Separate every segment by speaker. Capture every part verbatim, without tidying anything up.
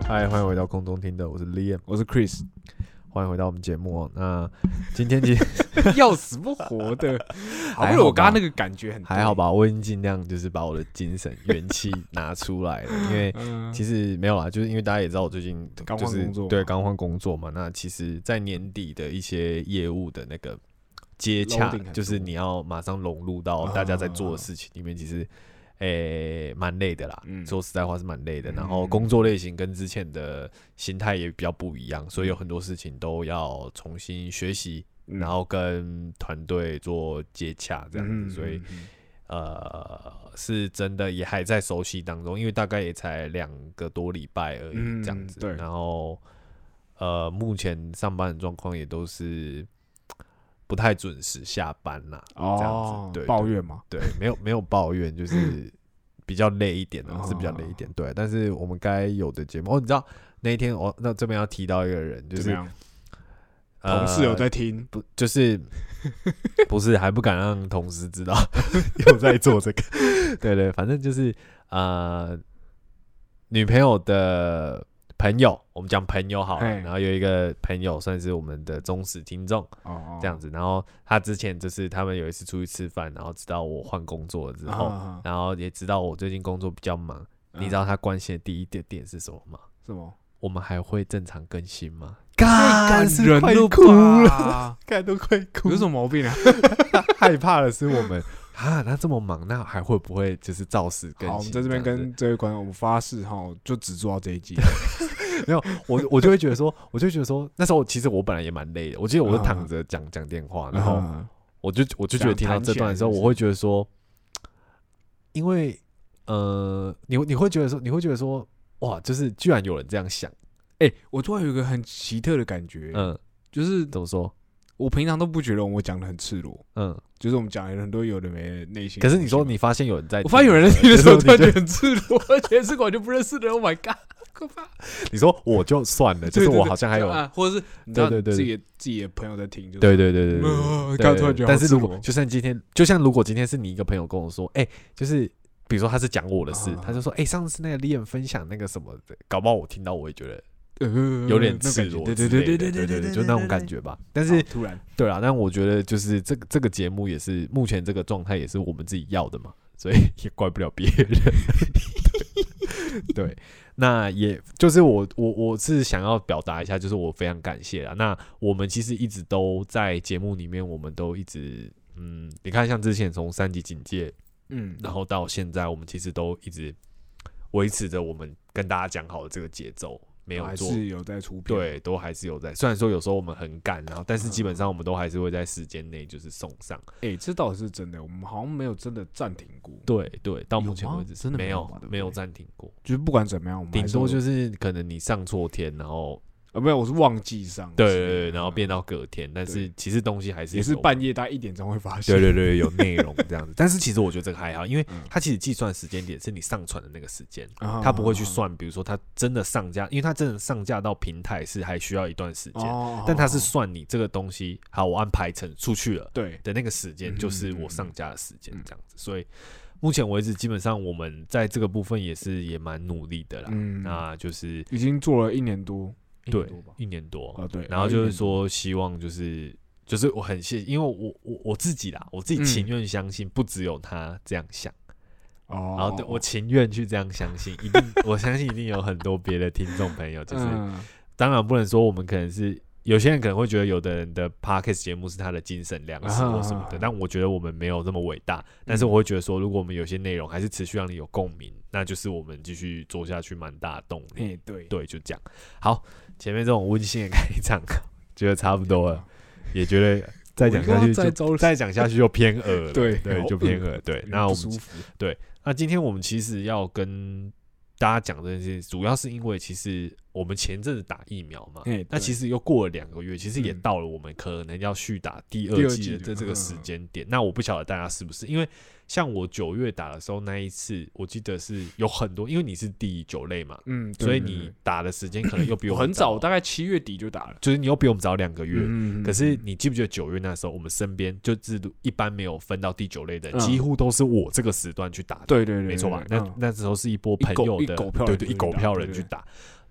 Speaker 1: 嗨，欢迎回到空中听的，我是 Liam，
Speaker 2: 我是 Chris，
Speaker 1: 欢迎回到我们节目哦。那今天其实
Speaker 2: 要死不活的，好不容易我刚刚那个感觉很
Speaker 1: 还好吧，我已经尽量就是把我的精神元气拿出来了，因为其实没有啦，就是因为大家也知道我最近就是对刚换工作嘛，那其实在年底的一些业务的那个接洽，就是你要马上融入到大家在做的事情里面，其实。诶，蛮、欸、累的啦、嗯，说实在话是蛮累的。然后工作类型跟之前的心态也比较不一样，所以有很多事情都要重新学习，嗯、然后跟团队做接洽这样子。嗯、所以呃，是真的也还在熟悉当中，因为大概也才两个多礼拜而已这样子。嗯、对。然后呃，目前上班的状况也都是。不太准时下班啦，哦、这样子，对，
Speaker 2: 抱怨嘛，
Speaker 1: 对，没有没有抱怨，就是比较累一点啦，是比较累一点，对。但是我们该有的节目，哦，你知道那一天，哦，那这边要提到一个人，就是
Speaker 2: 呃、同事有在听，
Speaker 1: 不，就是不是还不敢让同事知道有在做这个，对对，反正就是呃，女朋友的。朋友，我们讲朋友好了，然后有一个朋友算是我们的忠实听众，哦、这样子。然后他之前就是他们有一次出去吃饭，然后知道我换工作了之后，哦、然后也知道我最近工作比较忙。嗯、你知道他关心的第一点点是什么吗？
Speaker 2: 什么？
Speaker 1: 我们还会正常更新吗？
Speaker 2: 太感人了吧！
Speaker 1: 看都快哭，
Speaker 2: 有什么毛病啊？
Speaker 1: 害怕的是我们。啊，他这么忙，那还会不会就是照实更新？
Speaker 2: 好，我们在这边跟这位观众，我们发誓哈，就只做到这一集。
Speaker 1: 没有，我我就会觉得说，我就觉得说，那时候其实我本来也蛮累的。我记得我是躺着讲讲电话，然后我就我就觉得听到这段的时候，我会觉得说，因为呃，你你会觉得说，你会觉得说，哇，就是居然有人这样想。
Speaker 2: 哎、欸，我突然有一个很奇特的感觉，嗯，就是
Speaker 1: 怎么说？
Speaker 2: 我平常都不觉得我讲的很赤裸，嗯，就是我们讲了很多有的没的内心。
Speaker 1: 可是你说你发现有人在听，
Speaker 2: 我发现有人在听的时候，突然觉得很赤裸，而且是完全不认识的人。Oh my god， 可怕！
Speaker 1: 你说我就算了，就是我好像还有，
Speaker 2: 啊、或者是你知道自己的自己的朋友在听，就是、
Speaker 1: 对对对对对，
Speaker 2: 刚突然觉得，
Speaker 1: 但是如果就像今天，就像如果今天是你一个朋友跟我说，哎、欸，就是比如说他是讲我的事，啊、他就说，哎、欸，上次那个 Liam 分享那个什么的，搞不好我听到我会觉得。有点赤裸，对对对对对对对对，就那种感觉吧。但是
Speaker 2: 突然，
Speaker 1: 对啊，但我觉得就是这个这个节目也是目前这个状态也是我们自己要的嘛，所以也怪不了别人。对，那也就是我我我是想要表达一下，就是我非常感谢啦。那我们其实一直都在节目里面，我们都一直嗯，你看像之前从三级警戒，嗯，然后到现在，我们其实都一直维持着我们跟大家讲好的这个节奏。没有做，
Speaker 2: 还是有在出片，
Speaker 1: 对，都还是有在。虽然说有时候我们很赶，然后但是基本上我们都还是会在时间内就是送上。
Speaker 2: 哎、欸，这倒是真的，我们好像没有真的暂停过。
Speaker 1: 对对，到目前为止
Speaker 2: 真的
Speaker 1: 没有没有暂停过，
Speaker 2: 就是不管怎么样，我们
Speaker 1: 顶多就是可能你上错天，然后。
Speaker 2: 啊，没有，我是忘记上。
Speaker 1: 对对对，然后变到隔天，但是其实东西还是
Speaker 2: 也是半夜大概一点钟会发现。
Speaker 1: 对对对，有内容这样子。但是其实我觉得这个还好，因为它其实计算时间点是你上传的那个时间，它不会去算，比如说它真的上架，因为它真的上架到平台是还需要一段时间，但它是算你这个东西，好，我按排程出去了，对的那个时间就是我上架的时间这样子，所以。目前为止，基本上我们在这个部分也是也蛮努力的啦。嗯，那就是
Speaker 2: 已经做了一年多。
Speaker 1: 对，一年多
Speaker 2: 啊，对，
Speaker 1: 然后就是说，希望就是就是我很谢，因为我我我自己啦，我自己情愿相信，不只有他这样想，哦，然后对我情愿去这样相信，一定我相信一定有很多别的听众朋友，就是、嗯、当然不能说我们可能是有些人可能会觉得有的人的 podcast 节目是他的精神粮食或什么的，啊、但我觉得我们没有这么伟大，但是我会觉得说，如果我们有些内容还是持续让你有共鸣，那就是我们继续做下去蛮大的动力。
Speaker 2: 欸、对
Speaker 1: 对，就这样。好。前面这种温馨的开场，觉得差不多了，也觉得再讲下去就再讲下去就偏恶了，
Speaker 2: 对
Speaker 1: 对，就偏恶。对，那我们对，那今天我们其实要跟大家讲这件事，主要是因为其实我们前阵子打疫苗嘛，那其实又过了两个月，其实也到了我们可能要续打第二季的这个时间点。那我不晓得大家是不是，因为像我九月打的时候那一次，我记得是有很多，因为你是第九类嘛，嗯，所以你打的时间可能又比我们
Speaker 2: 很早，大概七月底就打了，
Speaker 1: 就是你又比我们早两个月。嗯、可是你记不记得九月那时候，我们身边就制度一般没有分到第九类的，嗯、几乎都是我这个时段去打的，
Speaker 2: 对对对，
Speaker 1: 没错吧？那那时候是一波朋友的，对对，一狗票人去打。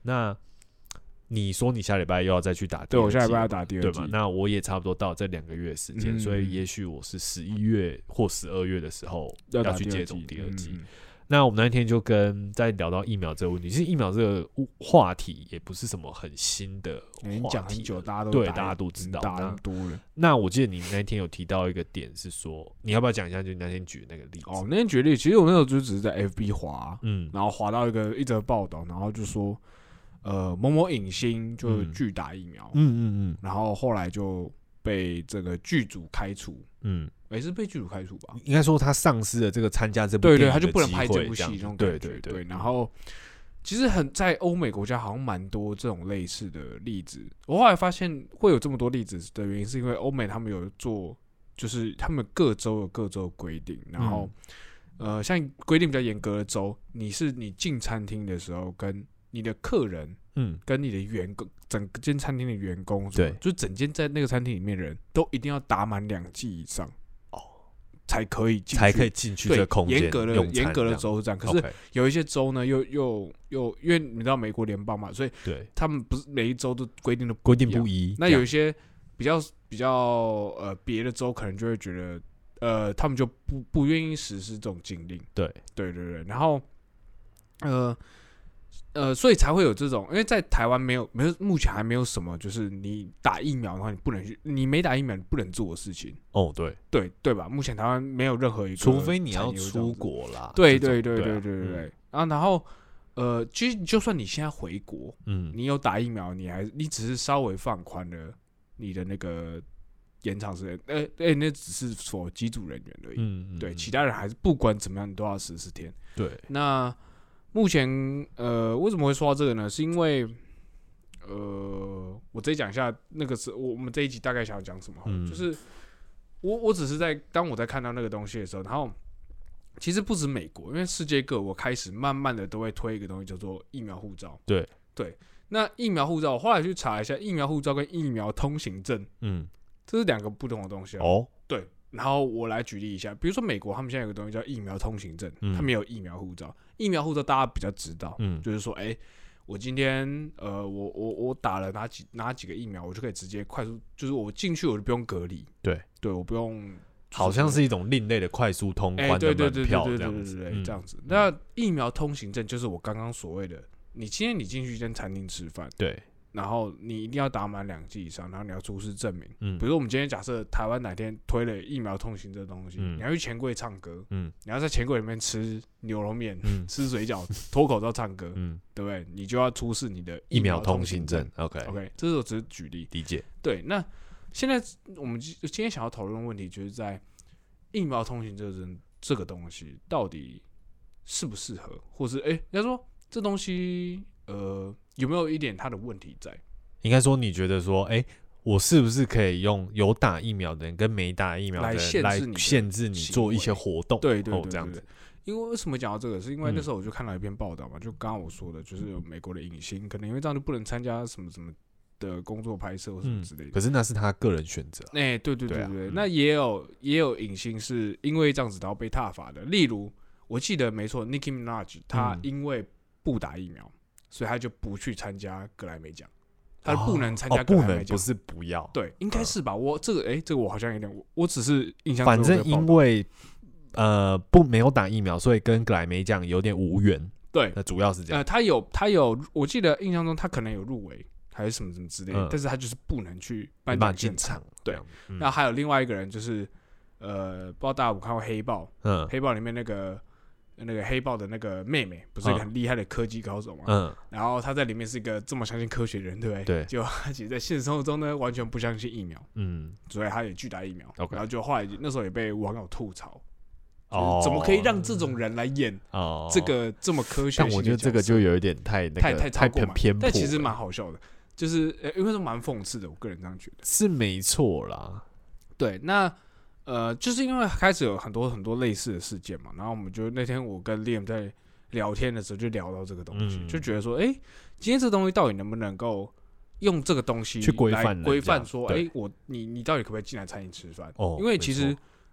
Speaker 1: 那你说你下礼拜又要再去打第二剂，
Speaker 2: 对，我下礼拜要打第二剂，
Speaker 1: 对嘛？那我也差不多到这两个月时间、嗯，所以也许我是十一月或十二月的时候要去接种第二剂。嗯、那我们那天就跟在聊到疫苗这个问题，其实疫苗这个话题也不是什么很新的话题，
Speaker 2: 讲很久，大家都
Speaker 1: 对大家都知道，
Speaker 2: 打很多人。
Speaker 1: 那我记得你那天有提到一个点是说，你要不要讲一下？就你那天举的那个例子？
Speaker 2: 哦，那天举例，其实我那时候就只是在 F B 滑，嗯，然后滑到一个一则报道，然后就说。呃，某某影星就拒打疫苗，嗯嗯嗯，然后后来就被这个剧组开除，嗯，也、欸、是被剧组开除吧？
Speaker 1: 应该说他丧失了这个参加这部电影的机会，
Speaker 2: 对对，他就不能拍这部戏，这种感觉，对对 对, 对。然后其实很在欧美国家好像蛮多这种类似的例子。我后来发现会有这么多例子的原因，是因为欧美他们有做，就是他们各州有各州的规定，然后、嗯、呃，像规定比较严格的州，你是你进餐厅的时候跟你的客人，嗯，跟你的员工，整间餐厅的员工，对，就整间在那个餐厅里面的人都一定要打满两剂以上，哦，才可以进，
Speaker 1: 才可以进去这个空间。
Speaker 2: 严格的严格的州是这样，可是有一些州呢，又又又，因为你知道美国联邦嘛，所以对他们不是每一州都规定的
Speaker 1: 规定不一。
Speaker 2: 那有一些比较比较呃别的州可能就会觉得，呃，他们就不不愿意实施这种禁令。对对对对，然后呃。呃，所以才会有这种，因为在台湾没有，没有，目前还没有什么，就是你打疫苗的话，你不能去，你没打疫苗你不能做的事情。
Speaker 1: 哦，对，
Speaker 2: 对对吧？目前台湾没有任何一个，
Speaker 1: 除非你要出国啦。
Speaker 2: 对对对对对对对。啊，然后呃，其实就算你现在回国，嗯，你有打疫苗，你还你只是稍微放宽了你的那个延长时间，呃、欸，哎、欸，那只是for机组人员而已。嗯, 嗯对，其他人还是不管怎么样，你都要十四天。对，那。目前，呃，为什么会说到这个呢？是因为，呃，我直接讲一下那个是我们这一集大概想要讲什么、嗯。就是我我只是在当我在看到那个东西的时候，然后其实不止美国，因为世界各国开始慢慢的都会推一个东西叫做疫苗护照。对对，那疫苗护照，我后来去查一下，疫苗护照跟疫苗通行证，嗯，这是两个不同的东西、啊、哦。对。然后我来举例一下，比如说美国，他们现在有个东西叫疫苗通行证，嗯、他们有疫苗护照。疫苗护照大家比较知道，嗯、就是说，哎，我今天呃，我我我打了哪几哪几个疫苗，我就可以直接快速，就是我进去我就不用隔离。对，对我不用、就是。
Speaker 1: 好像是一种另类的快速通关的门票这样子。
Speaker 2: 对，这样子。那疫苗通行证就是我刚刚所谓的，你今天你进去一间餐厅吃饭，对。然后你一定要打满两剂以上，然后你要出示证明。嗯，比如说我们今天假设台湾哪天推了疫苗通行这东西，嗯、你要去钱柜唱歌，嗯，你要在钱柜里面吃牛肉面、嗯、吃水饺、脱口罩唱歌，嗯，对不对？你就要出示你的疫苗通行证。OK OK， 这是我只是举例，理解。对，那现在我们今天想要讨论的问题，就是在疫苗通行证这个东西到底适不适合，或是哎，应该说这东西呃。有没有一点它的问题在？
Speaker 1: 应该说，你觉得说，哎、欸，我是不是可以用有打疫苗的人跟没打疫苗的人来限制你做一些活动？
Speaker 2: 对对 对, 对, 对, 对，
Speaker 1: 这样子。
Speaker 2: 因为为什么讲到这个？是因为那时候我就看到一篇报道嘛，嗯、就刚刚我说的，就是有美国的影星可能因为这样就不能参加什么什么的工作拍摄或什么之类的、嗯。
Speaker 1: 可是那是他个人选择。
Speaker 2: 哎、欸，对对对 对, 对、啊嗯，那也有也有影星是因为这样子然后被挞伐的。例如，我记得没错 ，Nicki Minaj 他因为不打疫苗。嗯所以他就不去参加格莱美奖，他不能参加格莱美奖、哦哦，
Speaker 1: 不是不要，
Speaker 2: 对，应该是吧？呃、我这个，哎、欸，这个我好像有点，我我只是印象中
Speaker 1: 反正因为呃不没有打疫苗，所以跟格莱美奖有点无缘。对，那主要是这样。
Speaker 2: 呃，他有他有，我记得印象中他可能有入围还是什么什么之类的、嗯，但是他就是不能去颁奖现场。对，嗯、那还有另外一个人就是呃，不知道大家有没有看过《黑豹》？嗯，《黑豹》里面那个。那个黑豹的那个妹妹不是一个很厉害的科技高手嘛？嗯，然后她在里面是一个这么相信科学的人，对不对？对。就她其实在现实生活中呢，完全不相信疫苗，嗯，所以她也拒打疫苗。Okay. 然后就后来那时候也被网友吐槽，哦，怎么可以让这种人来演哦这个这么科学？
Speaker 1: 但我觉得这个就有一点太那个
Speaker 2: 太太
Speaker 1: 太偏颇，
Speaker 2: 但其实蛮好笑的，就是呃，因为是蛮讽刺的，我个人这样觉得
Speaker 1: 是没错啦。
Speaker 2: 对，那。呃，就是因为开始有很多很多类似的事件嘛，然后我们就那天我跟 Liam 在聊天的时候就聊到这个东西，嗯、就觉得说，哎、欸，今天这东西到底能不能够用这个东西
Speaker 1: 去规范
Speaker 2: 规范说，哎、欸，我你你到底可不可以进来餐厅吃饭？哦，因为其实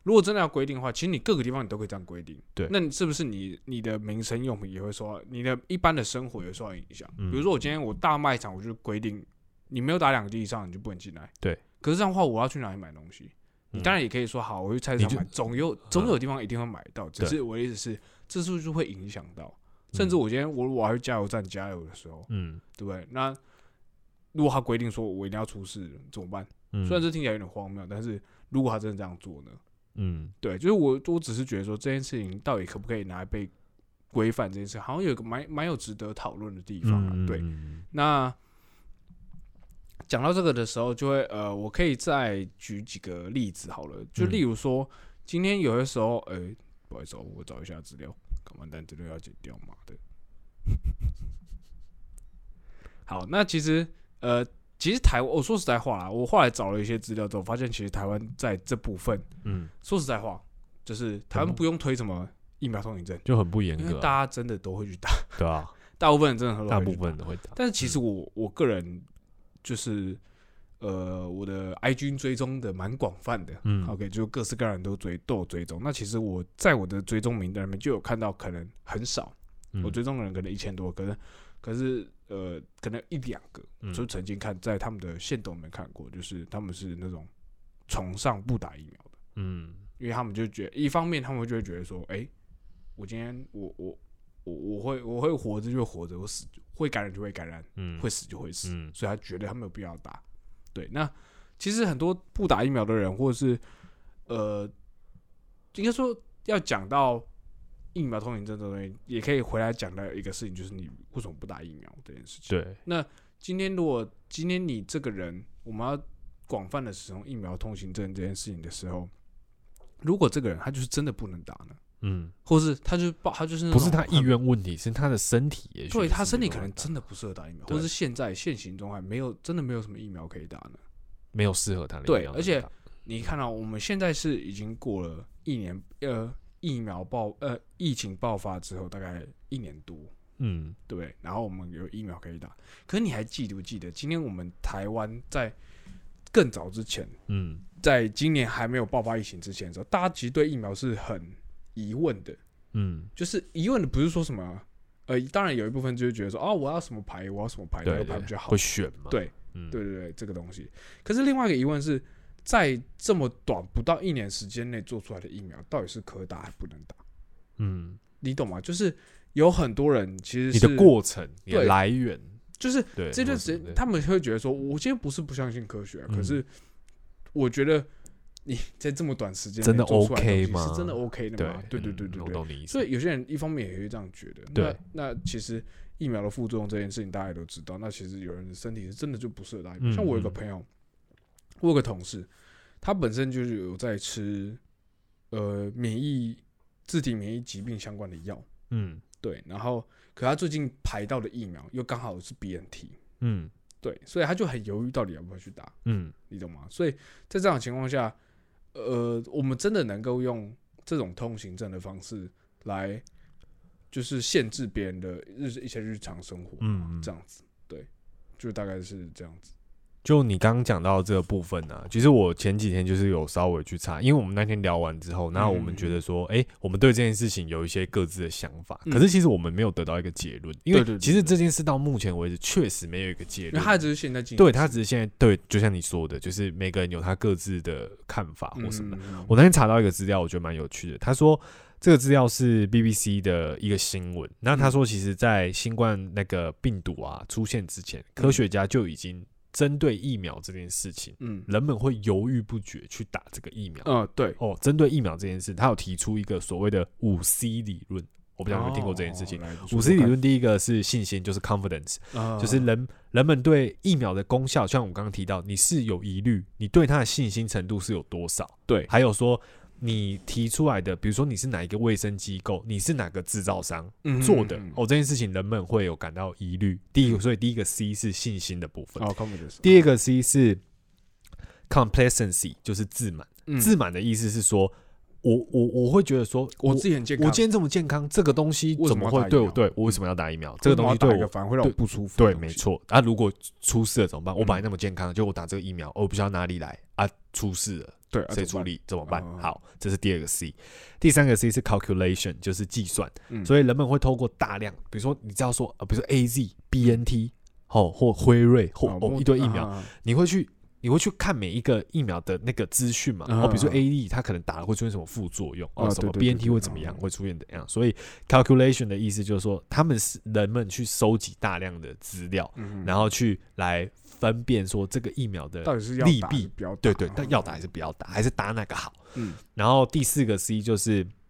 Speaker 2: 如果真的要规定的话，其实你各个地方你都可以这样规定。
Speaker 1: 对，
Speaker 2: 那你是不是你你的民生用品也会受到，你的一般的生活也会受到影响？嗯、比如说我今天我大卖场，我就规定你没有打两个以上，你就不能进来。
Speaker 1: 对。
Speaker 2: 可是这样的话，我要去哪里买东西？你当然也可以说好，我去菜市场买，总有总有地方一定会买到。只是我的意思是，这是不是会影响到？甚至我今天我我要去加油站加油的时候，嗯，对不对？那如果他规定说我一定要出示怎么办？嗯、虽然这听起来有点荒谬，但是如果他真的这样做呢？嗯，对，就是我我只是觉得说这件事情到底可不可以拿来被规范这件事，好像有一个蛮蛮有值得讨论的地方啊。嗯、对，那。讲到这个的时候，就会呃，我可以再举几个例子好了。就例如说，嗯、今天有的时候，呃、欸，不好意思，我找一下资料，完蛋，资料要剪掉嘛的。好，那其实呃，其实台湾，我说实在话啦，我后来找了一些资料之后，发现其实台湾在这部分，嗯，说实在话，就是台湾不用推什么疫苗通行证，
Speaker 1: 就很不严格、啊，
Speaker 2: 因为大家真的都会去打，
Speaker 1: 对啊，
Speaker 2: 大部分人真的很
Speaker 1: 大部分人都会打，
Speaker 2: 但是其实我我个人。就是呃，我的 I G 追踪的蛮广泛的，嗯 ，OK， 就各式各样都追都有追踪。那其实我在我的追踪名单里面就有看到，可能很少，嗯、我追踪的人可能一千多，可能可是呃，可能一两个，嗯、就曾经看在他们的限动里面看过，就是他们是那种崇尚不打疫苗的，嗯，因为他们就觉得，一方面他们就会觉得说，哎、欸，我今天我我。我我会我会活着就活着，我死会感染就会感染，嗯、会死就会死，嗯、所以他觉得他没有必要打。对，那其实很多不打疫苗的人，或者是呃，应该说要讲到疫苗通行证这东西，也可以回来讲到一个事情，就是你为什么不打疫苗这件事情。
Speaker 1: 对，
Speaker 2: 那今天如果今天你这个人，我们要广泛的使用疫苗通行证这件事情的时候，如果这个人他就是真的不能打呢？嗯，或是他就他就是
Speaker 1: 不是他意愿问题，是他的身体也许
Speaker 2: 对他身体可能真的不适合打疫苗，或是现在现行中还没有真的没有什么疫苗可以打呢，
Speaker 1: 没有适合他的疫
Speaker 2: 苗。对，
Speaker 1: 而
Speaker 2: 且你看到、喔、我们现在是已经过了一年，呃，疫苗爆呃疫情爆发之后大概一年多，嗯，对不对？然后我们有疫苗可以打，可是你还记不记得今天我们台湾在更早之前，嗯，在今年还没有爆发疫情之前的时候，大家其实对疫苗是很疑问的，嗯，就是疑问的不是说什么，呃，当然有一部分就是觉得说，哦，我要什么牌，我要什么牌，哪个牌比较好，
Speaker 1: 会选嘛？
Speaker 2: 对，嗯、对对对，这个东西。可是另外一个疑问是在这么短不到一年时间内做出来的疫苗，到底是可打还不能打？嗯，你懂吗？就是有很多人其实
Speaker 1: 是你的过程、你的来源，
Speaker 2: 就是这段时间他们会觉得说，我今天不是不相信科学、啊，嗯、可是我觉得。你在这么短时间
Speaker 1: 真的
Speaker 2: 做出来的
Speaker 1: OK 吗？
Speaker 2: 是真的 OK 的吗？对对对对对对。所以有些人一方面也会这样觉得。
Speaker 1: 对。
Speaker 2: 那那其实疫苗的副作用这件事情大家也都知道。那其实有人的身体是真的就不适合打疫苗。嗯、像我有个朋友，我有个同事，他本身就是有在吃呃免疫自体免疫疾病相关的药。嗯。对。然后，可他最近排到的疫苗又刚好是 B N T。嗯。对，所以他就很犹豫到底要不要去打。嗯。你懂吗？所以在这样的情况下。呃，我们真的能够用这种通行证的方式来，就是限制别人的日一些日常生活，嗯，这样子，对，就大概是这样子。
Speaker 1: 就你刚刚讲到这个部分啊，其实我前几天就是有稍微去查，因为我们那天聊完之后，那我们觉得说，哎、嗯欸，我们对这件事情有一些各自的想法，嗯、可是其实我们没有得到一个结论，因为其实这件事到目前为止确实没有一个结论，
Speaker 2: 因为它只是现在进，
Speaker 1: 对，它只是现在对，就像你说的，就是每个人有他各自的看法或什么。嗯、我那天查到一个资料，我觉得蛮有趣的，他说这个资料是 B B C 的一个新闻，那他说其实在新冠那个病毒啊出现之前，科学家就已经针对疫苗这件事情，嗯，人们会犹豫不决去打这个疫苗。
Speaker 2: 嗯，对。哦，
Speaker 1: 针对疫苗这件事，他有提出一个所谓的五 C 理论，我不知道有没有听过这件事情。五、哦、C 理论第一个是信心，就是 confidence，、哦、就是人人们对疫苗的功效，像我们刚刚提到，你是有疑虑，你对它的信心程度是有多少？
Speaker 2: 对，
Speaker 1: 还有说。你提出来的，比如说你是哪一个卫生机构，你是哪个制造商做的、嗯、哦，这件事情人们会有感到疑虑。第一个，所以第一个 C 是信心的部分。
Speaker 2: 哦，
Speaker 1: 第二个 C 是 complacency， 就是自满。嗯、自满的意思是说，我我我会觉得说，
Speaker 2: 我自己很健康，
Speaker 1: 我今天这么健康，这个东西怎么会对我对我为什么要打疫苗？这个东西对我
Speaker 2: 反而会让我不舒服。
Speaker 1: 对，没错。啊，如果出事了怎么办？我本来那么健康，就我打这个疫苗，我不知道哪里来啊，出事了。
Speaker 2: 对，
Speaker 1: 谁处理怎么办？好，这是第二个 C。第三个 C 是 calculation， 就是计算。嗯、所以人们会透过大量，比如说你知道说，呃，比如说 A Z、B N T， 哦，或辉瑞，或哦一堆疫苗，啊、你会去。你会去看每一个疫苗的那个资讯嘛？哦，比如说 A Z 它可能打了会出现什么副作用，哦，什么 B N T 会怎么样，会出现怎样？所以 calculation 的意思就是说，他们是人们去收集大量的资料，然后去来分辨说这个疫苗的利弊，对对，但要打还是不要打，还是打哪个好？嗯。然后第四个 C 就是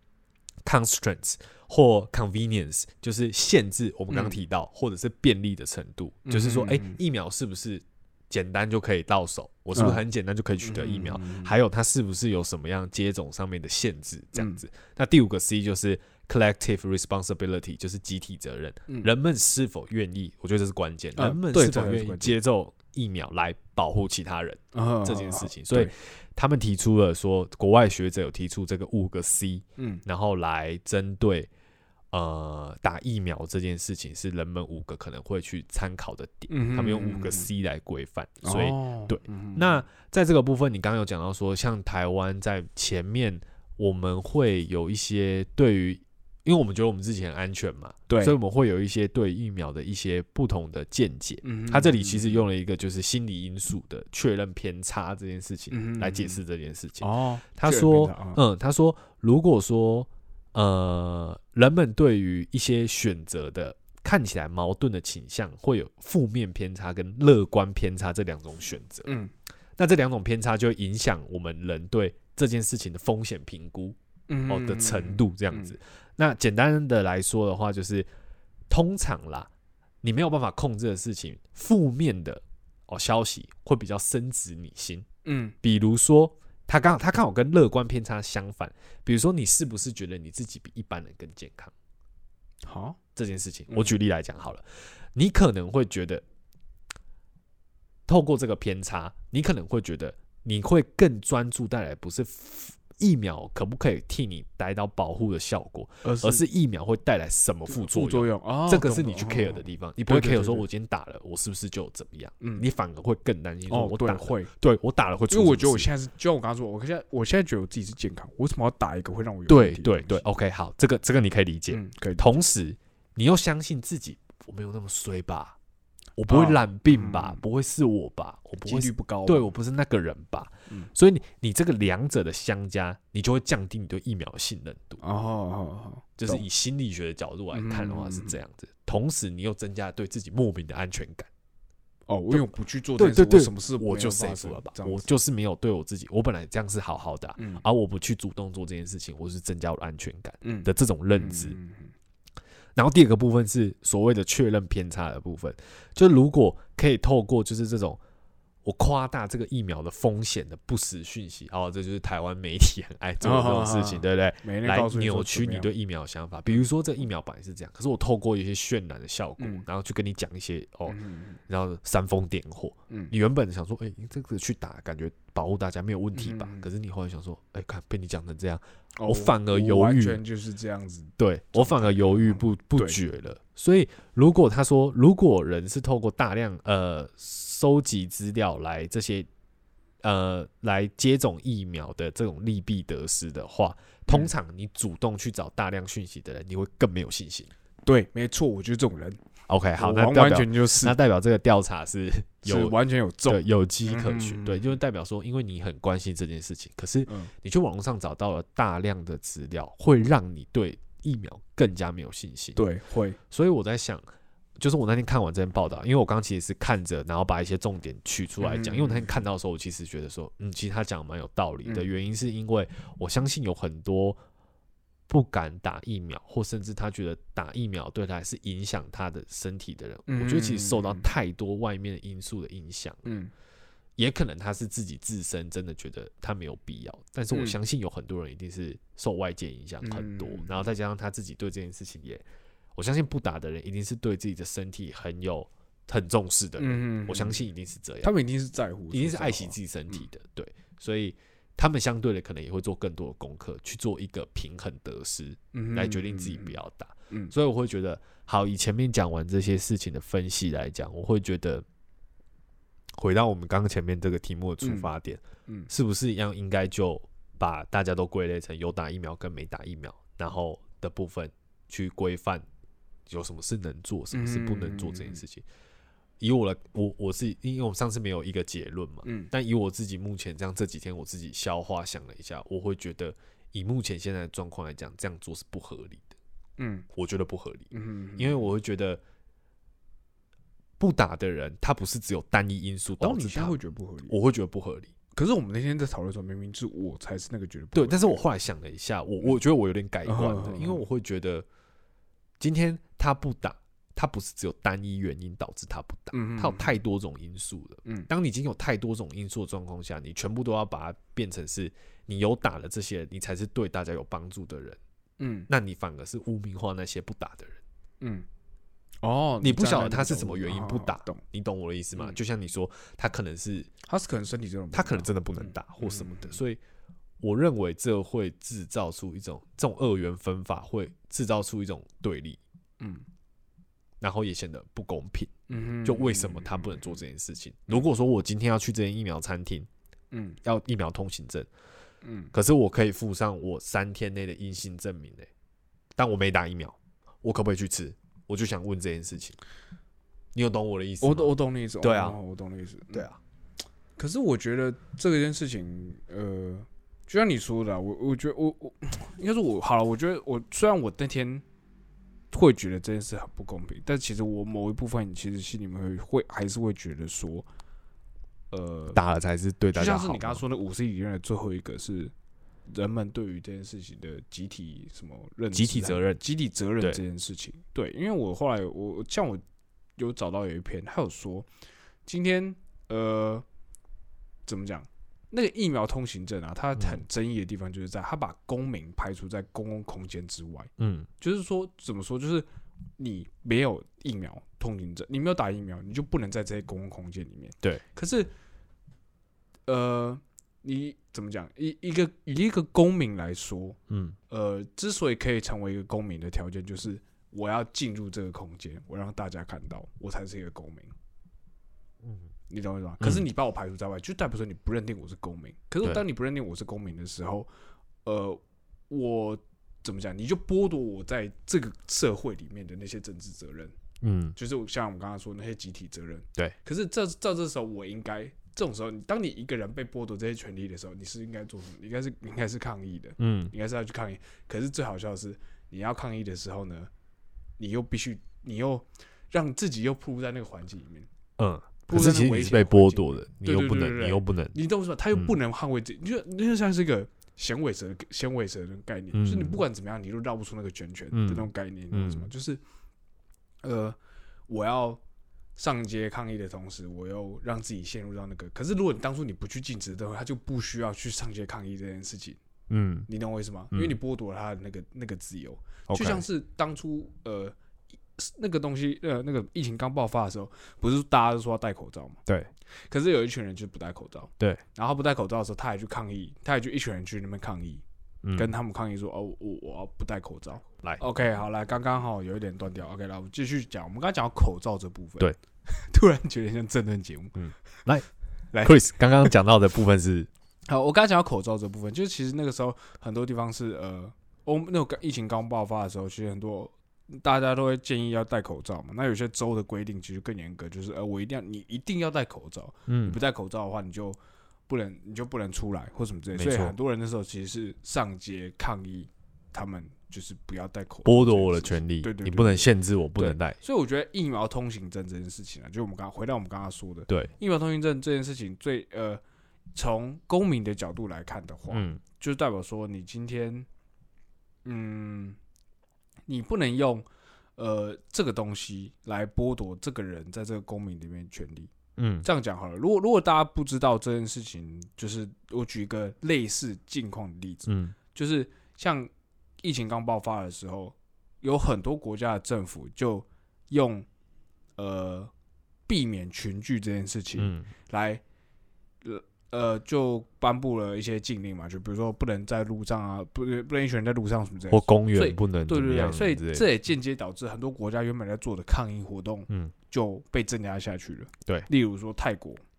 Speaker 1: constraints 或 convenience， 就是限制我们刚刚提到，或者是便利的程度，就是说，哎，疫苗是不是简单就可以到手？我是不是很简单就可以取得疫苗？嗯、还有它是不是有什么样接种上面的限制？这样子。嗯、那第五个 C 就是 collective responsibility， 就是集体责任。嗯、人们是否愿意？我觉得这是关键。嗯、人们是否愿意接种疫苗来保护其他人、嗯、这件事情？所以他们提出了说，国外学者有提出这个五个 C，嗯、然后来针对。呃，打疫苗这件事情是人们五个可能会去参考的点，嗯、他们用五个 C 来规范，嗯、所以、哦、对、嗯。那在这个部分，你刚刚有讲到说，像台湾在前面，我们会有一些对于，因为我们觉得我们自己很安全嘛，对，所以我们会有一些对疫苗的一些不同的见解。嗯、他这里其实用了一个就是心理因素的确认偏差这件事情来解释这件事情。哦，他说，嗯，他说，如果说。呃，人们对于一些选择的看起来矛盾的倾向，会有负面偏差跟乐观偏差这两种选择。嗯，那这两种偏差就会影响我们人对这件事情的风险评估、嗯哦、的程度，这样子。嗯、那简单的来说的话，就是通常啦，你没有办法控制的事情，负面的哦消息会比较深植你心。嗯，比如说。他刚他刚好跟乐观偏差相反，比如说你是不是觉得你自己比一般人更健康？好，这件事情，我举例来讲好了，嗯、你可能会觉得，透过这个偏差，你可能会觉得你会更专注带来不是疫苗可不可以替你带到保护的效果，而 是, 而是疫苗会带来什么副作用？副作用、哦、这个是你去 care 的地方，哦、你不会 care 说我今天打了，我是不是就怎么样？嗯、你反而会更担心说我打了、哦、对, 对我打了会出什么事？因为
Speaker 2: 我觉得我现在是，就像我刚刚说，我现在我现在觉得我自己是健康，我为什么要打一个会让我有问题的东西？对对对 ，OK， 好，这个这个你可以理解，嗯、可以理解。同时，你又相信自己，我没有那么衰吧？我不会染病吧、哦嗯？不会是我吧？我不会， 几率不高。
Speaker 1: 对，我不是那个人吧？嗯、所以你你这个两者的相加，你就会降低你对疫苗的信任度。哦哦哦，就是以心理学的角度来看的话是这样子。嗯、同时，你又增加对自己莫名的安全感。
Speaker 2: 哦，因为我不去做这件事，对对对，什么事
Speaker 1: 我就 safe 了吧？我就是没有对我自己，我本来这样是好好的、啊，嗯、而我不去主动做这件事情，我是增加我的安全感的这种认知。嗯嗯嗯然后第二个部分是所谓的确认偏差的部分，就如果可以透过就是这种我夸大这个疫苗的风险的不实讯息，哦，这就是台湾媒体很爱做的这种事情，哦、对不对？来扭曲你对疫苗的想法。比如说这疫苗本来是这样，可是我透过一些渲染的效果，嗯、然后去跟你讲一些哦，嗯、然后煽风点火。嗯、你原本想说，哎、欸，这个去打，感觉保护大家没有问题吧？嗯、可是你后来想说，哎、欸，看被你讲成这样。哦、我反而犹豫，
Speaker 2: 完全就是这样子。
Speaker 1: 对我反而犹豫不不决了。所以，如果他说，如果人是透过大量呃收集资料来这些呃来接种疫苗的这种利弊得失的话，通常你主动去找大量讯息的人，你会更没有信心。
Speaker 2: 对，没错，我就是这种人。
Speaker 1: OK， 好，那
Speaker 2: 完完全就是，
Speaker 1: 那代表这个调查是有
Speaker 2: 是完全有中，
Speaker 1: 对，有迹可循，嗯、对，就是代表说，因为你很关心这件事情，可是你去网络上找到了大量的资料，会让你对疫苗更加没有信心。
Speaker 2: 对，会。
Speaker 1: 所以我在想，就是我那天看完这篇报道，因为我刚刚其实是看着，然后把一些重点取出来讲，嗯、因为我那天看到的时候，我其实觉得说，嗯，其实他讲的蛮有道理的，嗯、原因是因为我相信有很多。不敢打疫苗，或甚至他觉得打疫苗对他是影响他的身体的人，嗯、我觉得其实受到太多外面的因素的影响，嗯，也可能他是自己自身真的觉得他没有必要，但是我相信有很多人一定是受外界影响很多，嗯、然后再加上他自己对这件事情也，我相信不打的人一定是对自己的身体很有很重视的人，嗯、我相信一定是这样，
Speaker 2: 他们一定是在乎，
Speaker 1: 一定是爱惜自己身体的，嗯、对，所以。他们相对的可能也会做更多的功课，去做一个平衡得失，嗯、来决定自己不要打。嗯、所以我会觉得，好，以前面讲完这些事情的分析来讲，我会觉得， 回到我们刚刚前面这个题目的出发点，嗯嗯、是不是一样应该就把大家都归类成有打疫苗跟没打疫苗，然后的部分去规范有什么是能做，什么是不能做这件事情。嗯、以我的我我是因为我们上次没有一个结论嘛，嗯、但以我自己目前这样这几天我自己消化想了一下，我会觉得以目前现在的状况来讲，这样做是不合理的。嗯，我觉得不合理，嗯、因为我会觉得。不打的人，他不是只有单一因素导致他。哦，你
Speaker 2: 现在会觉得不合理？
Speaker 1: 我会觉得不合理。
Speaker 2: 可是我们那天在讨论的时候，明明是我才是那个觉得不合理。
Speaker 1: 对，但是我后来想了一下，我我觉得我有点改观了，嗯、因为我会觉得，今天他不打，他不是只有单一原因导致他不打，嗯、他有太多种因素了。嗯，当你已经有太多种因素的状况下，你全部都要把它变成是你有打了这些人，你才是对大家有帮助的人。嗯，那你反而是污名化那些不打的人。嗯。哦，你不晓得他是什么原因不打，哦、你懂我的意思吗？嗯、就像你说，他可能是
Speaker 2: 他是可能身体真的，
Speaker 1: 他可能真的不能打、嗯、或什么的，嗯、所以我认为这会制造出一种这种二元分法，会制造出一种对立，嗯，然后也显得不公平。嗯，就为什么他不能做这件事情？嗯、如果说我今天要去这间疫苗餐厅，嗯，要疫苗通行证，嗯，可是我可以附上我三天内的阴性证明嘞，但我没打疫苗，我可不可以去吃？我就想问这件事情，你有懂我的意思吗？
Speaker 2: 我我懂你意思，
Speaker 1: 对啊，
Speaker 2: 哦、我懂你意思，
Speaker 1: 对啊。
Speaker 2: 可是我觉得这件事情，呃，就像你说的、啊，我我觉得我我应该说我好了，我觉得我虽然我那天会觉得这件事很不公平，但其实我某一部分其实心里面会会还是会觉得说，呃，
Speaker 1: 打了才是对大家好。
Speaker 2: 就像是你刚刚说那五 C 理论的最后一个是。人们对于这件事情的集体什么认知、
Speaker 1: 集体责任、
Speaker 2: 集体责任这件事情，对，因为我后来我像我有找到有一篇，他有说，今天呃怎么讲，那个疫苗通行证啊，它很争议的地方就是在他把公民排除在公共空间之外，嗯，就是说怎么说，就是你没有疫苗通行证，你没有打疫苗，你就不能在这些公共空间里面，
Speaker 1: 对，
Speaker 2: 可是呃。你怎么讲？一一个以一个公民来说，嗯，呃，之所以可以成为一个公民的条件，就是我要进入这个空间，我让大家看到，我才是一个公民。嗯，你懂我意思吗？可是你把我排除在外，就代表说你不认定我是公民。可是当你不认定我是公民的时候，呃，我怎么讲？你就剥夺我在这个社会里面的那些政治责任。嗯，就是像我们刚刚说那些集体责任。
Speaker 1: 对。
Speaker 2: 可是这这这时候，我应该。这种时候，当你一个人被剥夺这些权利的时候，你是应该做什么？你应该是你应该是抗议的，嗯，应该是要去抗议。可是最好笑的是，你要抗议的时候呢，你又必须，你又让自己又暴露在那个环境里面，
Speaker 1: 嗯，可是其实你是被剥夺的，你又不能，你又不能，
Speaker 2: 你懂我意思吗？他又不能捍卫自己，你就你就像是一个响尾蛇、响尾蛇的概念，嗯、就是你不管怎么样，你都绕不出那个圈圈的那种概念，你懂什么？就是呃，我要。上街抗议的同时，我又让自己陷入到那个。可是如果你当初你不去禁止的话，他就不需要去上街抗议这件事情。嗯，你懂我意思吗？嗯、因为你剥夺了他的那个那个自由， okay. 就像是当初呃那个东西呃那个疫情刚爆发的时候，不是大家都说要戴口罩吗？
Speaker 1: 对。
Speaker 2: 可是有一群人就不戴口罩。
Speaker 1: 对。
Speaker 2: 然后不戴口罩的时候，他还去抗议，他还就一群人去那边抗议。嗯、跟他们抗议说：“哦，我我要不戴口罩。”
Speaker 1: 来
Speaker 2: ，OK， 好，来，刚刚好有一点断掉。OK， 来，我继续讲。我们刚才讲到口罩这部分，
Speaker 1: 对，
Speaker 2: 突然觉得像政论节目。嗯，
Speaker 1: 来，来 ，Chris， 刚刚讲到的部分是，
Speaker 2: 好，我刚才讲到口罩这部分，就是其实那个时候很多地方是呃，欧那种疫情刚爆发的时候，其实很多大家都会建议要戴口罩嘛。那有些州的规定其实更严格，就是呃，我一定要你一定要戴口罩，嗯，你不戴口罩的话，你就。不能，你就不能出来或什么之类的，所以很多人那时候其实是上街抗议，他们就是不要戴口罩，
Speaker 1: 剥夺我的权利，
Speaker 2: 对 对, 对, 对，
Speaker 1: 你不能限制我不能戴。
Speaker 2: 所以我觉得疫苗通行证这件事情啊，就我们刚回到我们刚刚说的，
Speaker 1: 对，
Speaker 2: 疫苗通行证这件事情最呃，从公民的角度来看的话，嗯，就代表说你今天，嗯，你不能用呃这个东西来剥夺这个人在这个公民里面的权利。嗯，这样讲好了。如果如果大家不知道这件事情，就是我举一个类似境况的例子，嗯，就是像疫情刚爆发的时候，有很多国家的政府就用呃避免群聚这件事情，嗯，来呃呃就颁布了一些禁令嘛，就比如说不能在路上啊，不不能一群人在路上什么之类的，
Speaker 1: 或公园不能，
Speaker 2: 对对对，所以这也间接导致很多国家原本在做的抗议活动，嗯。就被镇压下去了。
Speaker 1: 对，
Speaker 2: 例如说泰国，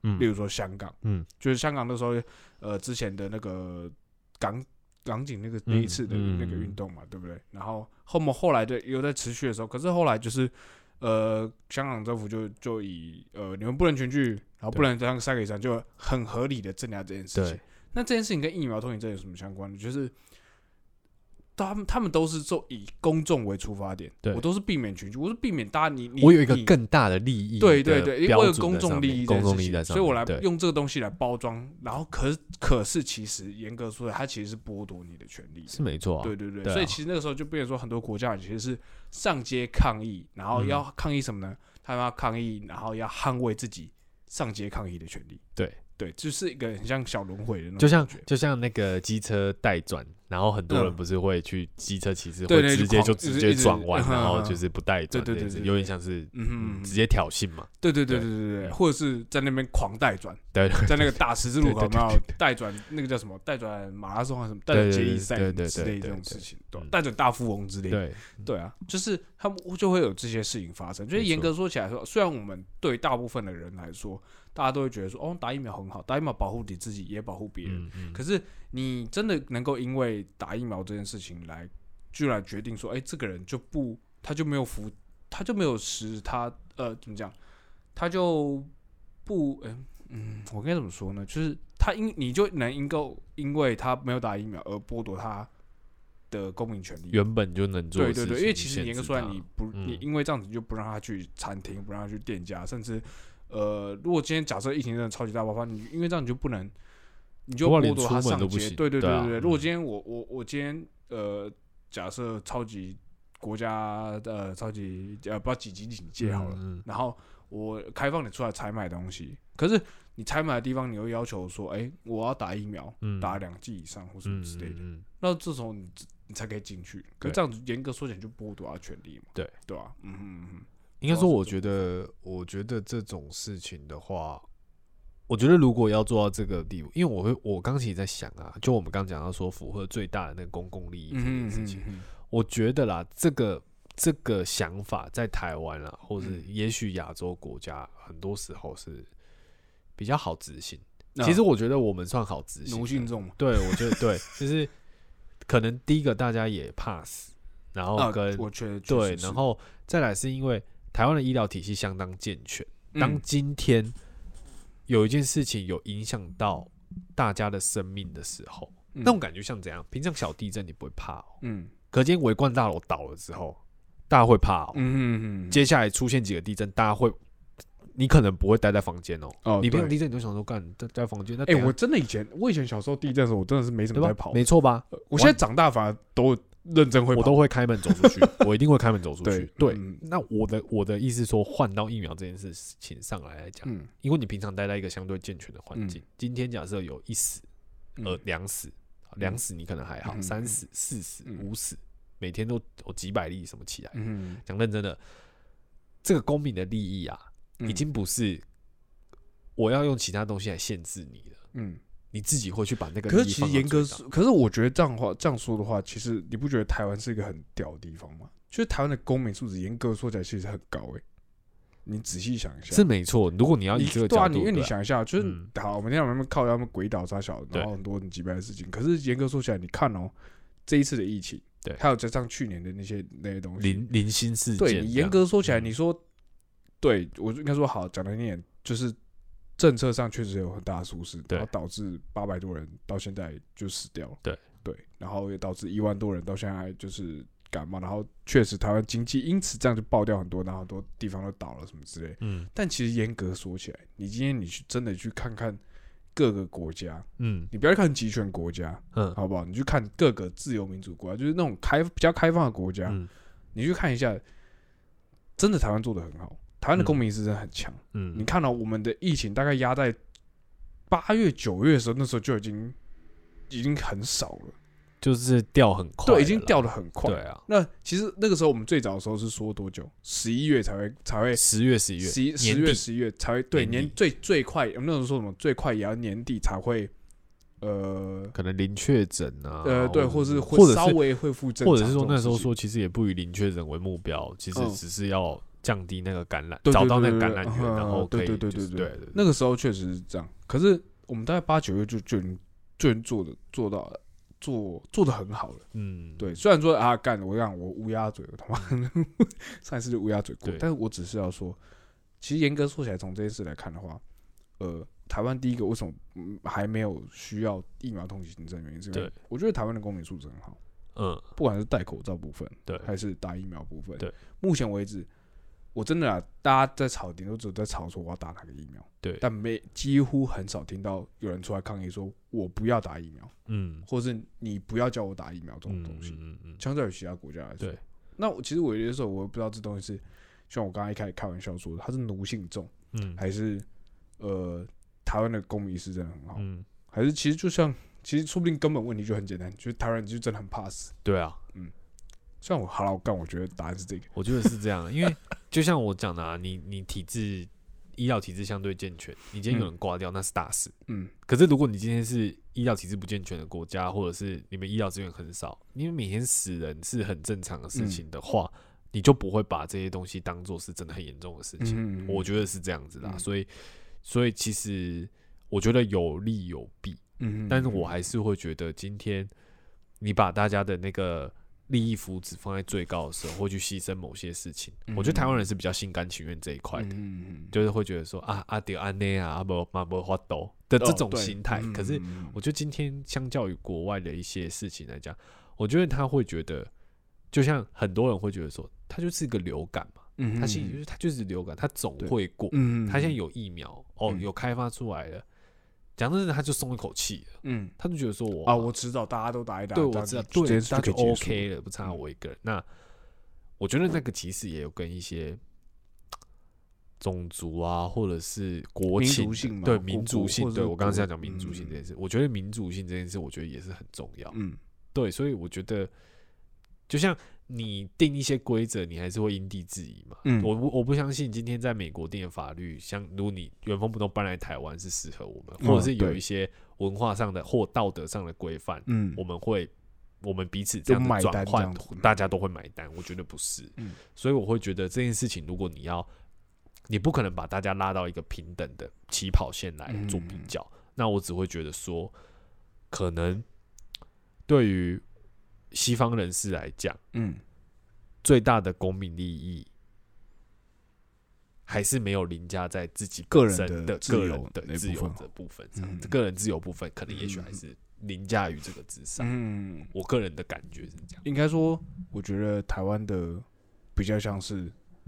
Speaker 2: 嗯，例如说香港，嗯，就是香港那时候，呃，之前的那个港港警那个那一次的那个运动嘛，嗯嗯、对不对？然后后面后来的有在持续的时候，可是后来就是，呃，香港政府就就以呃你们不能群聚，然后不能这样三个以上，就很合理的镇压这件事情。那这件事情跟疫苗通行证有什么相关的？就是他们他们都是做以公众为出发点，我都是避免群聚，我是避免大家你你
Speaker 1: 我有一个更大的利益，
Speaker 2: 对对对，因为我有公众利益
Speaker 1: 公众利益在
Speaker 2: 上面，所以我来用这个东西来包装，然后可是可是其实严格说来，它其实是剥夺你的权利的，
Speaker 1: 是没错、啊，
Speaker 2: 对对对，
Speaker 1: 对啊、
Speaker 2: 所以其实那个时候就变成说，很多国家其实是上街抗议，然后要抗议什么呢？嗯、他们要抗议，然后要捍卫自己上街抗议的权利，
Speaker 1: 对。
Speaker 2: 对，就是一个很像小轮回的那种，
Speaker 1: 就像就像那个机车带转，然后很多人不是会去机车骑士会直接就直接转弯，然后就是不带转，对对对，有点像是嗯直接挑衅嘛，
Speaker 2: 对对对对对对，或者是在那边狂带转，
Speaker 1: 对，
Speaker 2: 在那个大十字路口有没有带转那个叫什么带转马拉松还是什么带转接力赛之类这种事情，带转大富翁之类的，对啊，就是他们就会有这些事情发生。就是严格说起来说，虽然我们对大部分的人来说，大家都会觉得说，哦，打疫苗很好，打疫苗保护你自己也保护别人。嗯嗯、可是你真的能够因为打疫苗这件事情来，居然决定说，哎、欸，这个人就不，他就没有服，他就没有使他呃怎么讲，他就不，嗯、欸、嗯，我该怎么说呢？就是他因你就能能够因为他没有打疫苗而剥夺他的公民权利，
Speaker 1: 原本就能做的事情。
Speaker 2: 对对对，因为其实严格说来，你不，嗯、你因为这样子就不让他去餐厅，不让他去店家，甚至。呃，如果今天假设疫情真的超级大爆发，你因为这样你就不能，你就剥夺他上街。对对对对对。对啊、如果今天我我我今天呃，假设超级国家的、呃、超级呃不知道几级警戒好了，嗯嗯、然后我开放你出来采买东西，可是你采买的地方你又要求说，哎、欸，我要打疫苗，嗯、打两剂以上或什么之类的，嗯嗯嗯、那这时候你你才可以进去。可是这样子严格说起来就剥夺他权利嘛。
Speaker 1: 对
Speaker 2: 对啊，嗯嗯嗯。
Speaker 1: 应该说，我觉得，我觉得这种事情的话，我觉得如果要做到这个地步，因为我会，我刚其实在想啊，就我们刚讲到说，符合最大的那个公共利益这件事情，嗯、哼哼哼我觉得啦，这个这个想法在台湾啦，或者也许亚洲国家，很多时候是比较好执行。嗯、其实我觉得我们算好执行，
Speaker 2: 奴性重，
Speaker 1: 对，我觉得对，就是可能第一个大家也怕死，然后跟、
Speaker 2: 啊、我觉得
Speaker 1: 对，然后再来是因为。台湾的医疗体系相当健全。当今天有一件事情有影响到大家的生命的时候，嗯、那种感觉像怎样？平常小地震你不会怕哦，嗯，可今天维冠大楼倒了之后，大家会怕哦。嗯嗯嗯。接下来出现几个地震，大家会，你可能不会待在房间哦。哦。你平常地震你都想说干待在房间？那
Speaker 2: 哎、欸，我真的以前我以前小时候地震的时候，我真的是没什么在跑，
Speaker 1: 没错吧？
Speaker 2: 我现在长大反而都。认真会跑，
Speaker 1: 我都会开门走出去，我一定会开门走出去。对，对嗯、那我的我的意思说，换到疫苗这件事情上来来讲，嗯、因为你平常待在一个相对健全的环境，嗯、今天假设有一死，呃，两死，两死你可能还好，三、嗯、死、四死、五、嗯、死，每天都有几百例什么起来。嗯、讲认真的，这个公民的利益啊，嗯、已经不是我要用其他东西来限制你了。嗯。你自己会去把那个，
Speaker 2: 可是其实严格，可是我觉得这样话这样说的话，其实你不觉得台湾是一个很屌的地方吗？就是台湾的公民素质，严格说起来其实很高诶、欸。你仔细想一下，
Speaker 1: 是没错。如果你要以这个角度，
Speaker 2: 对啊，你因为你想一下，就是、嗯、好，我们今天我们靠他们鬼岛杀小，然后很多很鸡掰的事情。可是严格说起来，你看哦，这一次的疫情，对，还有加上去年的那些那些东西，
Speaker 1: 零零星事件，
Speaker 2: 对你严格说起来，你说，嗯、对我应该说好讲的一点就是。政策上确实有很大的疏失，然后导致八百多人到现在就死掉了。
Speaker 1: 对
Speaker 2: 对，然后也导致一万多人到现在就是感冒，然后确实台湾经济因此这样就爆掉很多，然后很多地方都倒了什么之类。嗯，但其实严格说起来，你今天你去真的去看看各个国家，嗯，你不要看集权国家，嗯，好不好？你去看各个自由民主国家，就是那种开比较开放的国家，嗯、你去看一下，真的台湾做得很好。台湾的公民意识真的很强，嗯，你看到、喔、我们的疫情大概压在八月、九月的时候，那时候就已经已经很少了，
Speaker 1: 就是掉很快，
Speaker 2: 对，已经掉得很快，
Speaker 1: 对啊。
Speaker 2: 那其实那个时候我们最早的时候是说多久？十一月才会才会，
Speaker 1: 十月、十一月、
Speaker 2: 十十月、十一月才会，对，年最最快，我们那时候说什么？最快也要年底才会。呃，
Speaker 1: 可能零确诊啊，
Speaker 2: 呃，对，或是
Speaker 1: 或者
Speaker 2: 稍微恢复正常，
Speaker 1: 或者是说那时候说，其实也不以零确诊为目标，其实只是要降低那个感染，
Speaker 2: 对对对
Speaker 1: 找到那个感染源，
Speaker 2: 嗯、
Speaker 1: 然后可以、就是、
Speaker 2: 对对对对
Speaker 1: 对对，
Speaker 2: 那个时候确实是这样。可是我们大概八九月就就已经就已经做的做到了，做做的很好了。嗯，对。虽然说啊，干我讲我乌鸦嘴，我他妈上一次就乌鸦嘴过，但是我只是要说，其实严格说起来，从这件事来看的话，呃，台湾第一个为什么、嗯、还没有需要疫苗通行证的原因，是因为我觉得台湾的公民素质很好。嗯，不管是戴口罩部分，对，还是打疫苗部分，对，目前为止，我真的啊，大家在吵，顶多只有在吵说我要打哪个疫苗，对，但没几乎很少听到有人出来抗议说我不要打疫苗，嗯，或是你不要叫我打疫苗这种东西，嗯嗯嗯，相较于其他国家来说，对，那我其实我有的时候我也不知道这东西是，像我刚刚一开始开玩笑说的，它是奴性重，嗯，还是呃台湾的公民意识真的很好，嗯，还是其实就像。其实说不定根本问题就很简单，就是台湾人就真的很怕死。
Speaker 1: 对啊，
Speaker 2: 嗯，像我好了，我干，我觉得答案是这个。
Speaker 1: 我觉得是这样，因为就像我讲的啊，你你体制医疗体制相对健全，你今天有人挂掉，嗯、那是大事。嗯，可是如果你今天是医疗体制不健全的国家，或者是你们医疗资源很少，因为每天死人是很正常的事情的话，嗯、你就不会把这些东西当做是真的很严重的事情。嗯嗯嗯我觉得是这样子啦，嗯、所以所以其实我觉得有利有弊。嗯，但是我还是会觉得，今天你把大家的那个利益福祉放在最高的时候，会去牺牲某些事情。嗯、我觉得台湾人是比较心甘情愿这一块的，嗯、就是会觉得说啊啊对安内啊啊不嘛不法度的这种心态。哦、可是我觉得今天相较于国外的一些事情来讲，我觉得他会觉得，就像很多人会觉得说，它就是一个流感嘛，嗯、他心里就是它就是流感，它总会过。嗯、他现在有疫苗哦，有开发出来了。讲真的，他就松一口气了。嗯，他就觉得说我
Speaker 2: 啊，我知道大家都打一打，
Speaker 1: 对，我知道，对，大家就 OK 了，不差我一个人。嗯、那我觉得那个其实也有跟一些种族啊，或者是国情，
Speaker 2: 民族性嘛，
Speaker 1: 对民族性，对我刚刚是要讲民族性这件事。嗯、我觉得民族性这件事，我觉得也是很重要。嗯，对，所以我觉得就像。你定一些规则，你还是会因地制宜嘛？嗯，我不我不相信今天在美国定的法律，像如果你原封不动搬来台湾是适合我们，嗯、或者是有一些文化上的或道德上的规范，嗯，我们会我们彼此这样的转换，大家都会买单。我觉得不是，嗯，所以我会觉得这件事情，如果你要，你不可能把大家拉到一个平等的起跑线来做比较，嗯、那我只会觉得说，可能对于。西方人士来讲，嗯，最大的公民利益还是没有凌驾在自己个人的个人的自由的部分上，嗯、个人自由部分可能也许还是凌驾于这个之上。嗯，我个人的感觉是这样。
Speaker 2: 应该说，我觉得台湾的比较像是，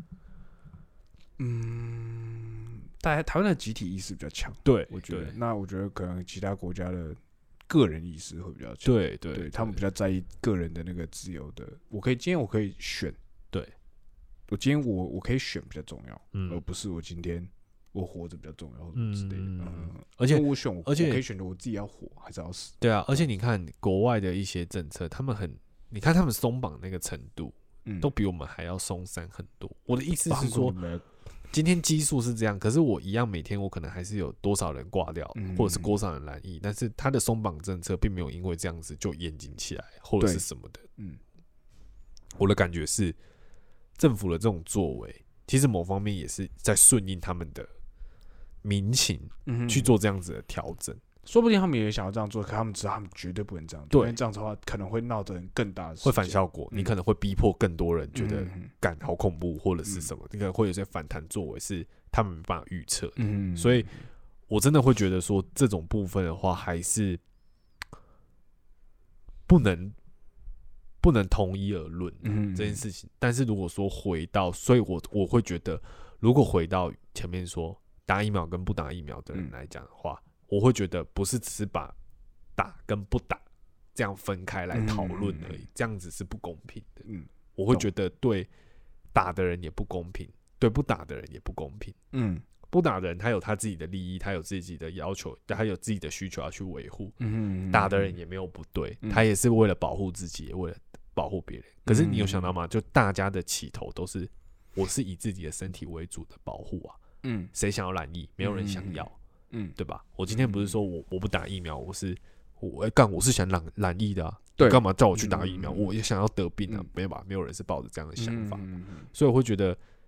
Speaker 2: 嗯，大家台湾的集体意识比较强。
Speaker 1: 对，
Speaker 2: 我觉得。那我觉得可能其他国家的。个人意识会比较强，
Speaker 1: 对 对, 对, 对，
Speaker 2: 他们比较在意个人的那个自由的。我可以今天我可以选，
Speaker 1: 对，
Speaker 2: 我今天我我可以选比较重要，嗯、而不是我今天我活着比较重要之类的。嗯，嗯
Speaker 1: 而且
Speaker 2: 我选我，而且我可以选择我自己要活还是要死。
Speaker 1: 对啊，而且你看国外的一些政策，他们很，你看他们松绑那个程度，嗯、都比我们还要松散很多。我的意思是说。今天基数是这样，可是我一样每天我可能还是有多少人挂掉，嗯、或者是多少人染疫，但是他的松绑政策并没有因为这样子就严谨起来，或者是什么的。嗯，我的感觉是，政府的这种作为，其实某方面也是在顺应他们的民情去做这样子的调整。嗯
Speaker 2: 说不定他们也想要这样做，可他们知道他们绝对不能这样做，因为这样子的话可能会闹得更大的事，
Speaker 1: 会反效果。嗯、你可能会逼迫更多人觉得干好恐怖，或者是什么，你可能会有些反弹作为是他们没办法预测的。嗯、所以我真的会觉得说，这种部分的话，还是不能不能统一而论、啊嗯、这件事情。但是如果说回到，所以我我会觉得，如果回到前面说打疫苗跟不打疫苗的人来讲的话。嗯我会觉得不是只是把打跟不打这样分开来讨论而已，嗯、这样子是不公平的。嗯，我会觉得对打的人也不公平，对不打的人也不公平。嗯，不打的人他有他自己的利益，他有自己的要求，他有自己的需求要去维护。嗯，打的人也没有不对，嗯、他也是为了保护自己，也为了保护别人。可是你有想到吗？就大家的起头都是我是以自己的身体为主的保护啊。嗯，谁想要染疫？没有人想要。嗯，对吧？我今天不是说我我不打疫苗，我是我哎干、欸，我是想染染疫的啊。对，干嘛叫我去打疫苗？嗯、我也想要得病啊，嗯、没有吧？没有人是抱着这样的想法，嗯、所以我会觉得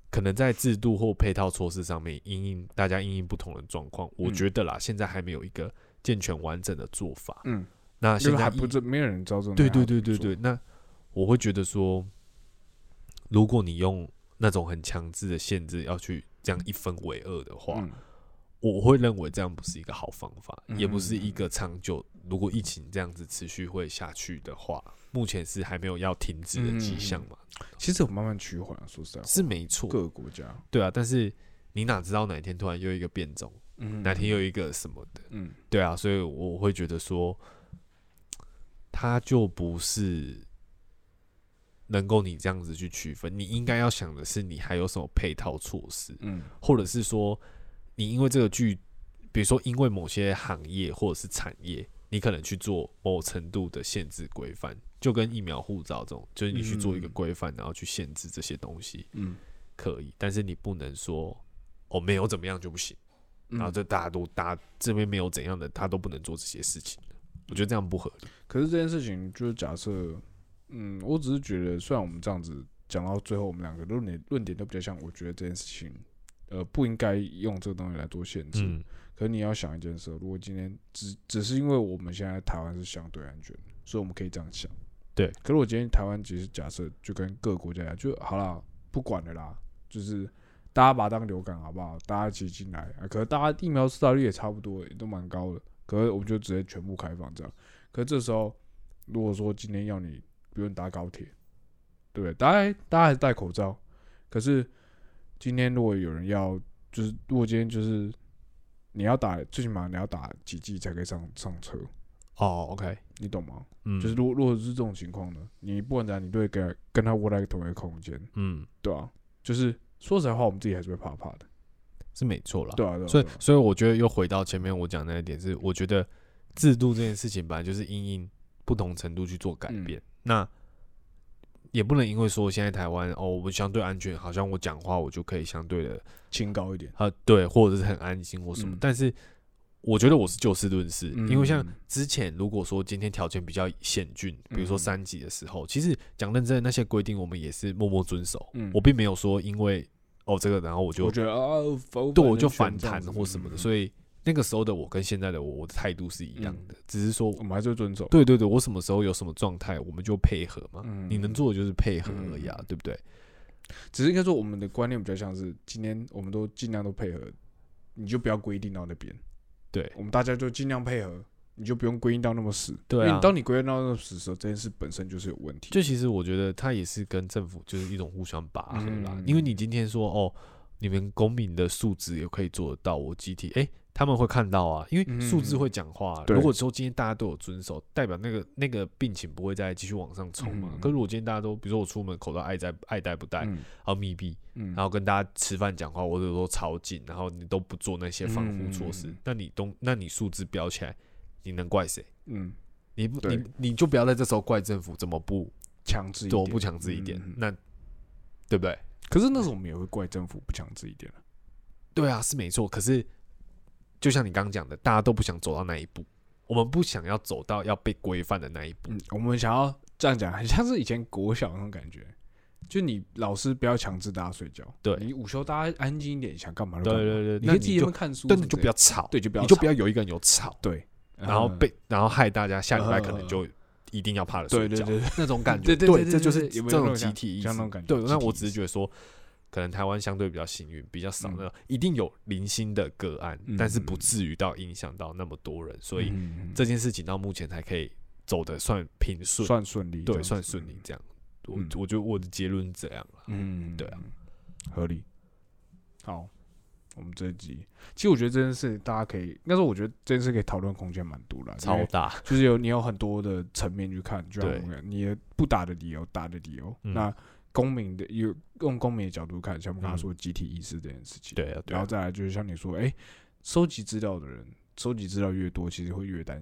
Speaker 1: 可能在制度或配套措施上面，因应大家因应不同的状况，我觉得啦，现在还没有一个健全完整的做法。
Speaker 2: 嗯，
Speaker 1: 那现在
Speaker 2: 还不是没有人知道这种。
Speaker 1: 对对对对对，那我会觉得说，如果你用那种很强制的限制要去这样一分为二的话，嗯、我会认为这样不是一个好方法，嗯、也不是一个长久。如果疫情这样子持续会下去的话，目前是还没有要停止的迹象嘛。
Speaker 2: 嗯、其实有慢慢趋缓，说实在话
Speaker 1: 是没错，
Speaker 2: 各个国家
Speaker 1: 对啊，但是你哪知道哪天突然又一个变种，嗯、哪天又一个什么的，嗯，对啊，所以我会觉得说，它就不是能够你这样子去区分。你应该要想的是，你还有什么配套措施，嗯，或者是说，你因为这个剧，比如说因为某些行业或者是产业。你可能去做某程度的限制规范，就跟疫苗护照这种，就是你去做一个规范，然后去限制这些东西，嗯，可以，但是你不能说哦没有怎么样就不行，然后这大家都大家这边没有怎样的，他都不能做这些事情，我觉得这样不合理。
Speaker 2: 可是这件事情就是假设，嗯，我只是觉得，虽然我们这样子讲到最后，我们两个论点论点都比较像，我觉得这件事情，呃，不应该用这个东西来做限制。嗯，可是你要想一件事，如果今天只只是因为我们现在台湾是相对安全的，所以我们可以这样想。
Speaker 1: 对。
Speaker 2: 可是我今天台湾其实假设就跟各个国家一样，就好啦，不管了啦，就是大家把它当流感好不好？大家一起进来啊。可是大家疫苗施打率也差不多，也都蛮高的。可是我们就直接全部开放这样。可是这时候，如果说今天要你，比如你搭高铁，对不对？大家大家还是戴口罩。可是今天如果有人要，就是如果今天就是你要打，最起码你要打几剂才可以上上车。
Speaker 1: 哦、oh, ，OK，
Speaker 2: 你懂吗？嗯，就是如果如果是这种情况呢，你不管怎样，你都会跟跟他窝在同一个空间，嗯，对啊，就是说实在话，我们自己还是会怕怕的，
Speaker 1: 是没错啦。
Speaker 2: 对啊，对啊，
Speaker 1: 所以所以我觉得又回到前面我讲的那一点是，我觉得制度这件事情本来就是因应不同程度去做改变，嗯、那也不能因为说现在台湾哦，我们相对安全，好像我讲话我就可以相对的
Speaker 2: 清高一点
Speaker 1: 啊，对，或者是很安心或什么，嗯、但是。我觉得我是就事论事，嗯、因为像之前如果说今天条件比较险峻，比如说三级的时候，嗯、其实讲认真的那些规定，我们也是默默遵守。嗯、我并没有说因为哦这个，然后我就
Speaker 2: 我觉得啊，
Speaker 1: 对我就反弹或什么的，所以那个时候的我跟现在的我，我的态度是一样的，嗯、只是说
Speaker 2: 我们还是会遵守。
Speaker 1: 对对对，我什么时候有什么状态，我们就配合嘛。嗯、你能做的就是配合而已啊，嗯、对不对？
Speaker 2: 只是应该说我们的观念比较像是，今天我们都尽量都配合，你就不要规定到那边。
Speaker 1: 对，
Speaker 2: 我们大家就尽量配合，你就不用规定到那么死。
Speaker 1: 对啊，
Speaker 2: 因为当你规定到那么死的时候，这件事本身就是有问题。
Speaker 1: 就其实我觉得它也是跟政府就是一种互相拔河啦。嗯、因为你今天说哦，你们公民的素质也可以做得到，我集体哎、欸，他们会看到啊，因为数字会讲话。嗯、如果说今天大家都有遵守，代表那个那个病情不会再继续往上冲嘛。嗯、可是如果今天大家都，比如说我出门口罩爱戴爱戴不戴，嗯、然后密闭。然后跟大家吃饭讲话，或者说超近，然后你都不做那些防护措施，嗯、那你都那你数字飙起来，你能怪谁？嗯，你不你你就不要在这时候怪政府怎么不
Speaker 2: 强制一点，
Speaker 1: 不强制一点，嗯、那对不对？
Speaker 2: 可是那时候我们也会怪政府不强制一点了。
Speaker 1: 对啊，是没错。可是就像你刚刚讲的，大家都不想走到那一步，我们不想要走到要被规范的那一步。
Speaker 2: 嗯，我们想要这样讲，很像是以前国小那种感觉。就你老师不要强制大家睡觉，对，你午休大家安静一点，想干嘛就干嘛。对对对，
Speaker 1: 你
Speaker 2: 可以自己在看书，
Speaker 1: 但你就不要吵，
Speaker 2: 对，就不要，
Speaker 1: 你就不要有一个人有吵，
Speaker 2: 对，
Speaker 1: 然后被然后害大家下礼拜可能就一定要怕了睡觉，
Speaker 2: 对对对，
Speaker 1: 那种感觉，对，这就是这种集体意识。对，那我只是觉得说，可能台湾相对比较幸运，比较少那种一定有零星的个案，但是不至于到影响到那么多人，所以这件事情到目前才可以走得算平顺，
Speaker 2: 算顺利，
Speaker 1: 对，算顺利这样。我我觉得我的结论是这样了，嗯，对啊，
Speaker 2: 合理。好，我们这一集，其实我觉得这件事大家可以，应该说我觉得这件事可以讨论空间蛮多的，
Speaker 1: 超大，
Speaker 2: 就是有你有很多的层面去看，就像你的不打的理由、打的理由，嗯、那公民的有用公民的角度看，像我们刚刚说集体意识这件事情，
Speaker 1: 对啊，
Speaker 2: 然后再来就是像你说，哎、欸，收集资料的人，收集资料越多，其实会越担心。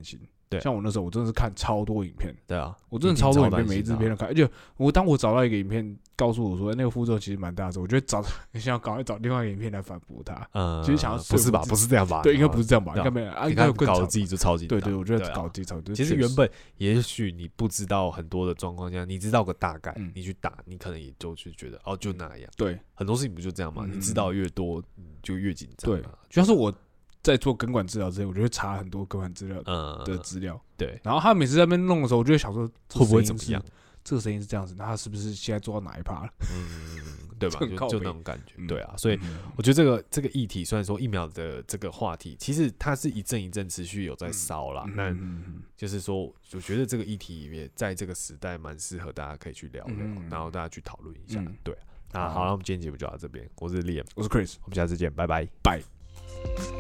Speaker 1: 对，
Speaker 2: 像我那时候我真的是看超多影片，
Speaker 1: 对啊，
Speaker 2: 我真的超多影片，每一支片都看，而且我当我找到一个影片告诉我说那个副作用其实蛮大的时候，我就会找想要赶快找另外一个影片来反驳它。
Speaker 1: 嗯，
Speaker 2: 其实想要
Speaker 1: 不是吧？不是这样吧？
Speaker 2: 对，应该不是这样吧？应该没有啊，应该有更
Speaker 1: 搞自己就超级
Speaker 2: 对对，我觉得搞自己超级。
Speaker 1: 其实原本也许你不知道很多的状况下，你知道个大概，你去打，你可能也就去觉得哦，就那样。
Speaker 2: 对，
Speaker 1: 很多事情不就这样吗？你知道越多，就越紧张。
Speaker 2: 对，就像是我。在做根管治疗之前，我就会查很多根管治疗的资料、嗯。对，然后他每次在那边弄的时候，我就会想说，
Speaker 1: 会不会怎么样？
Speaker 2: 这个声音是这样子，那他是不是现在做到哪一趴了？
Speaker 1: 嗯，对吧？就, 就那种感觉，嗯、对啊。所以我觉得这个这个议题，虽然说疫苗的这个话题，其实它是一阵一阵持续有在烧啦。那、嗯、就是说，我觉得这个议题也在这个时代蛮适合大家可以去聊聊，嗯、然后大家去讨论一下。嗯、对、啊，那好，那我们今天节目就到这边。我是 Liam，
Speaker 2: 我是 Chris，
Speaker 1: 我们下次见，拜拜，
Speaker 2: 拜。